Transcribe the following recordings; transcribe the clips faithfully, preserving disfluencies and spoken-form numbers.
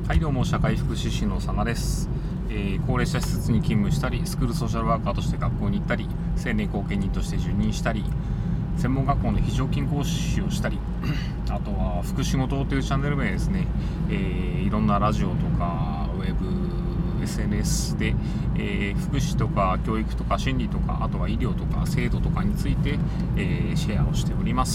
はい、どうも社会福祉士の佐賀です、えー、高齢者施設に勤務したり、スクールソーシャルワーカーとして学校に行ったり、青年後見人として受任したり、専門学校の非常勤講師をしたりあとは福祉ごとというチャンネル名ですね、えー、いろんなラジオとかウェブ エスエヌエス で、えー、福祉とか教育とか心理とか、あとは医療とか制度とかについて、えー、シェアをしております。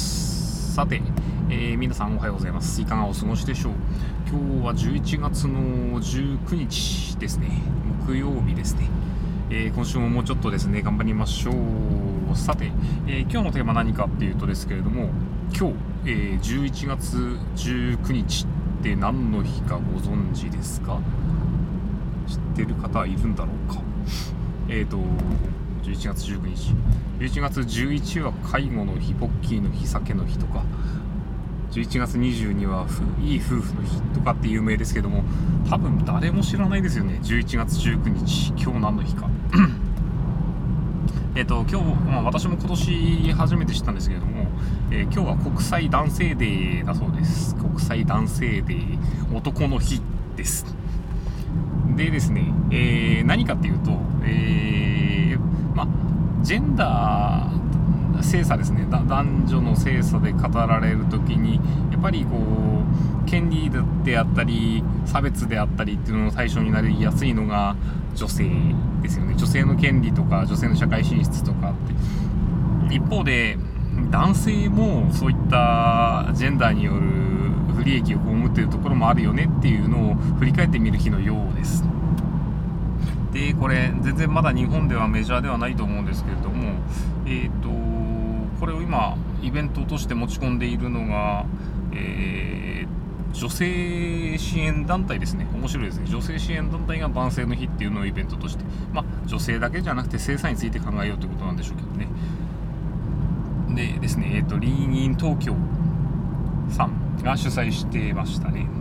さて、えー、皆さんおはようございます。いかがお過ごしでしょう。今日はじゅういちがつのじゅうくにちですね、木曜日ですね。えー、今週ももうちょっとですね頑張りましょう。さて、えー、今日のテーマ何かっていうとですけれども、今日、えー、じゅういちがつじゅうくにちって何の日かご存知ですか？知ってる方はいるんだろうか。えーとじゅういちがつじゅうくにち、じゅういちがつじゅういちは介護の日、ポッキーの日、酒の日とか、じゅういちがつにじゅうにはいい夫婦の日とかって有名ですけども、多分誰も知らないですよね。じゅういちがつじゅうくにち、今日何の日かえっと今日、まあ、私も今年初めて知ったんですけれども、えー、今日は国際男性デーだそうです。国際男性デー、男の日です。でですね、えー、何かっていうと、えーまあ、ジェンダー性差ですね、男女の性差で語られるときに、やっぱりこう権利であったり差別であったりっていうのの対象になりやすいのが女性ですよね。女性の権利とか女性の社会進出とかって、一方で男性もそういったジェンダーによる不利益を被っているところもあるよねっていうのを振り返ってみる日のようです。でこれ全然まだ日本ではメジャーではないと思うんですけれども、えーとこれを今イベントとして持ち込んでいるのが、えー、女性支援団体ですね。面白いですね。女性支援団体が男性の日っていうのをイベントとして、まあ女性だけじゃなくて性差について考えようということなんでしょうけどね。でですね、えーとリーニン東京さんが主催してましたね。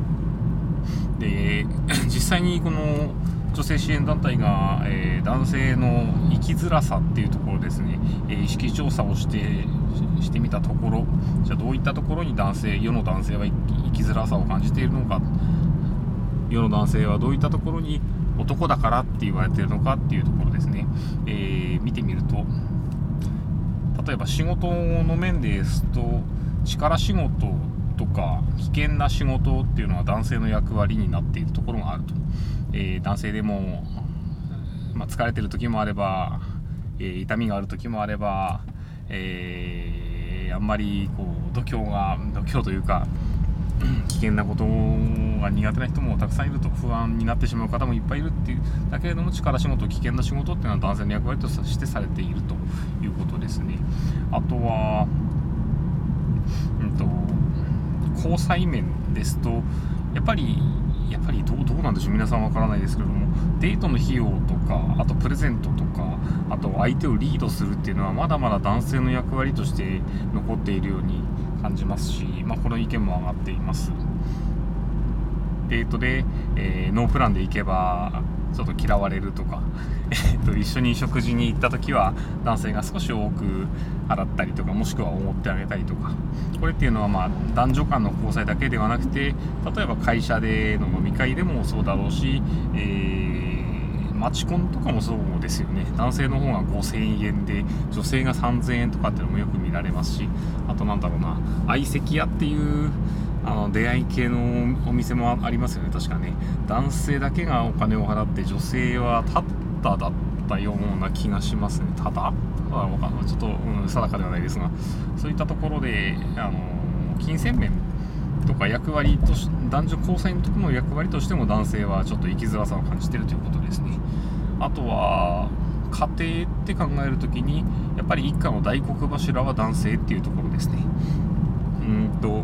で実際にこの女性支援団体が、えー、男性の生きづらさっていうところですね、えー、意識調査をしてしてみたところ、じゃあどういったところに男性世の男性は生きづらさを感じているのか、世の男性はどういったところに男だからって言われているのかっていうところですね、えー、見てみると、例えば仕事の面ですと、力仕事とか危険な仕事っていうのは男性の役割になっているところがあると。えー、男性でも、まあ、疲れてる時もあれば、えー、痛みがある時もあれば、えー、あんまりこう度胸が度胸というか危険なことが苦手な人もたくさんいると。不安になってしまう方もいっぱいいるっていうだけれども、力仕事、危険な仕事っていうのは男性の役割としてされているということですね。あとは、うんと交際面ですと、やっぱりやっぱりどう、どうなんでしょう、皆さんわからないですけれども、デートの費用とか、あとプレゼントとか、あと相手をリードするっていうのはまだまだ男性の役割として残っているように感じますし、まあ、この意見も上がっています。デートで、えー、ノープランで行けばちょっと嫌われるとかえっと一緒に食事に行った時は男性が少し多く払ったりとか、もしくはおごってあげたりとか、これっていうのはまあ男女間の交際だけではなくて、例えば会社での飲み会でもそうだろうし、えー、マチコンとかもそうですよね。男性の方がごせんえんで女性がさんぜんえんとかっていうのもよく見られますし、あとなんだろうな、相席屋っていうあの出会い系のお店もありますよね。確かね、男性だけがお金を払って女性はタッタだったような気がしますね。ただただちょっと、うん、定かではないですが、そういったところであの金銭面とか役割とし、男女交際の時の役割としても男性はちょっと生きづらさを感じているということですね。あとは家庭って考えるときに、やっぱり一家の大黒柱は男性っていうところですね。うんと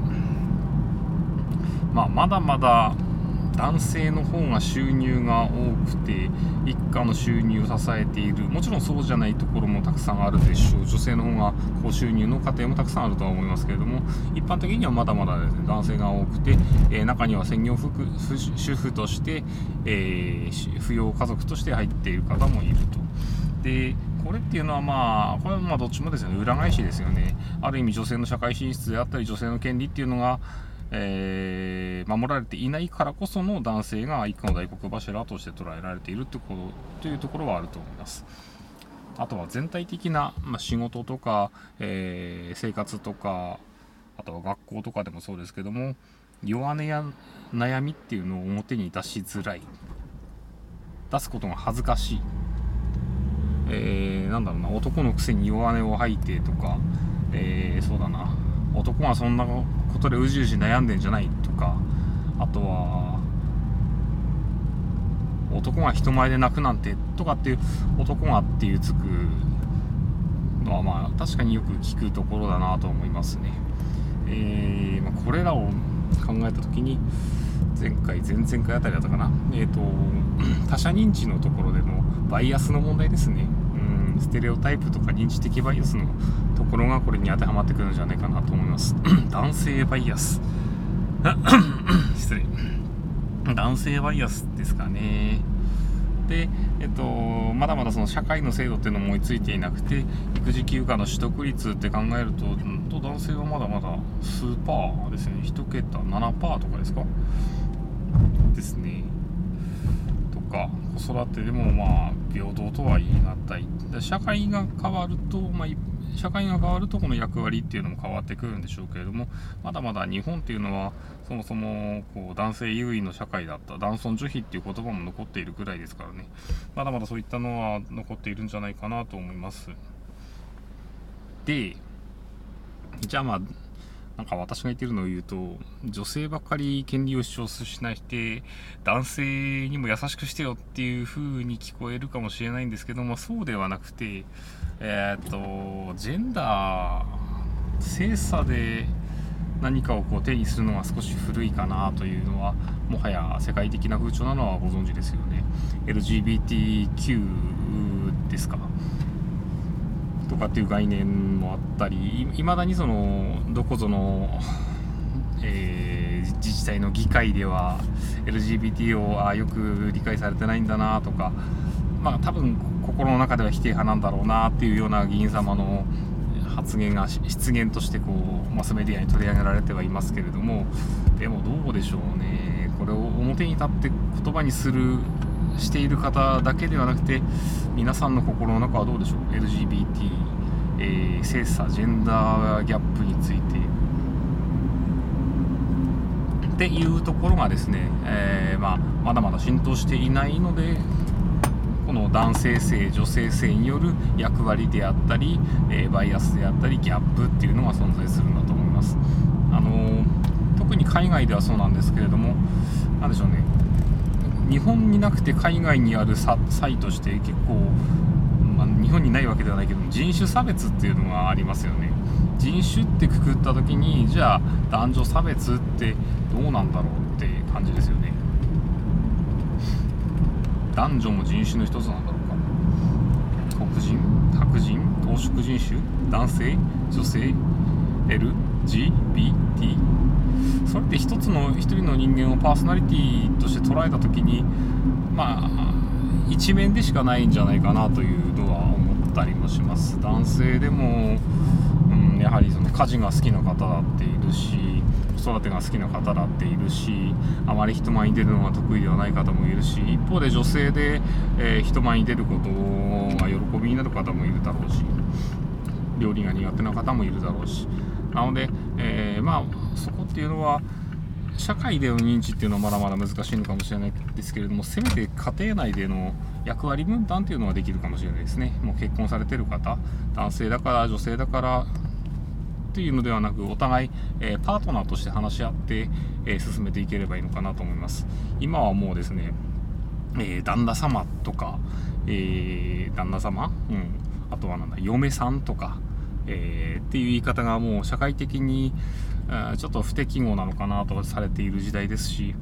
まあ、まだまだ男性の方が収入が多くて一家の収入を支えている。もちろんそうじゃないところもたくさんあるでしょう。女性の方が高収入の家庭もたくさんあるとは思いますけれども、一般的にはまだまだですね、男性が多くて、えー、中には専業主婦として、えー、扶養家族として入っている方もいると。でこれっていうのはまあこれはまあどっちもですよね、裏返しですよね。ある意味女性の社会進出であったり女性の権利っていうのがえー守られていないからこその男性が一家の大黒柱として捉えられているということというところはあると思います。あとは全体的な、まあ、仕事とか、えー、生活とか、あとは学校とかでもそうですけども、弱音や悩みっていうのを表に出しづらい、出すことが恥ずかしい、えー、なんだろうな、男のくせに弱音を吐いてとか、えー、そうだな、男がそんなことでうじうじ悩んでんじゃないとか、あとは男が人前で泣くなんてとかっていう、男がっていうつくのはまあ確かによく聞くところだなと思いますね。えーまあ、これらを考えたときに、前回前々回あたりだったかな、えーと他者認知のところでのバイアスの問題ですね。うん、ステレオタイプとか認知的バイアスのところがこれに当てはまってくるんじゃないかなと思います。男性バイアス失礼男性バイアスですかね。で、えっと、まだまだその社会の制度っていうのも追いついていなくて、育児休暇の取得率って考えると、と男性はまだまだ数パーですね。いち桁ななパーとかですかですね。とか、子育てでもまあ平等とは言い難い。社会が変わると、まあ社会が変わるとこの役割っていうのも変わってくるんでしょうけれども、まだまだ日本っていうのはそもそもこう男性優位の社会だった、男尊女卑っていう言葉も残っているぐらいですからね、まだまだそういったのは残っているんじゃないかなと思います。で、じゃあまあなんか私が言ってるのを言うと、女性ばっかり権利を主張しないで男性にも優しくしてよっていう風に聞こえるかもしれないんですけども、そうではなくて、えー、っとジェンダー性差で何かをこう手にするのは少し古いかなというのは、もはや世界的な風潮なのはご存知ですよね。 エルジービーティーキュー ですかとかっていう概念もあったり、いまだにそのどこぞの、えー、自治体の議会では エルジービーティー をあよく理解されてないんだなとか、まあ多分心の中では否定派なんだろうなっていうような議員様の発言が失言としてこうマスメディアに取り上げられてはいますけれども、でもどうでしょうね、これを表に立って言葉にするしている方だけではなくて、皆さんの心の中はどうでしょう。 エルジービーティー、えー、性差ジェンダーギャップについてっていうところがですね、えーまあ、まだまだ浸透していないので、この男性性女性性による役割であったり、えー、バイアスであったりギャップっていうのが存在するんだと思います。あのー、特に海外ではそうなんですけれども、なんでしょうね、日本になくて海外にある差異として結構、まあ、日本にないわけではないけど人種差別っていうのがありますよね。人種ってくくった時に、じゃあ男女差別ってどうなんだろうって感じですよね。男女も人種の一つなんだろうか。黒人、白人、黄色人種、男性、女性、エルジービーティー、 それって一つの一人の人間をパーソナリティとして捉えたときに、まあ一面でしかないんじゃないかなというのは思ったりもします。男性でも、うん、やはりその家事が好きな方だっているし、子育てが好きな方だっているし、あまり人前に出るのが得意ではない方もいるし、一方で女性で、えー、人前に出ることが喜びになる方もいるだろうし、料理が苦手な方もいるだろうし、なので、えー、まあそこっていうのは社会での認知っていうのはまだまだ難しいのかもしれないですけれども、せめて家庭内での役割分担っていうのはできるかもしれないですね。もう結婚されてる方、男性だから女性だからっていうのではなく、お互い、えー、パートナーとして話し合って、えー、進めていければいいのかなと思います。今はもうですね、えー、旦那様とか、えー、旦那様、うん、あとはなんだ嫁さんとか、えー、っていう言い方がもう社会的にちょっと不適合なのかなとされている時代ですし、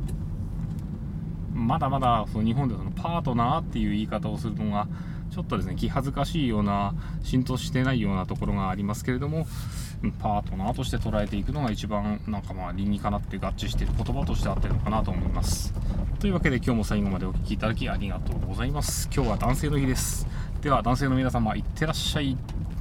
まだまだその日本でそのパートナーっていう言い方をするのがちょっとですね気恥ずかしいような、浸透してないようなところがありますけれども、パートナーとして捉えていくのが一番なんかまあ理にかなって合致している言葉としてあってるのかなと思います。というわけで今日も最後までお聞きいただきありがとうございます。今日は男性の日です。では男性の皆様いってらっしゃい。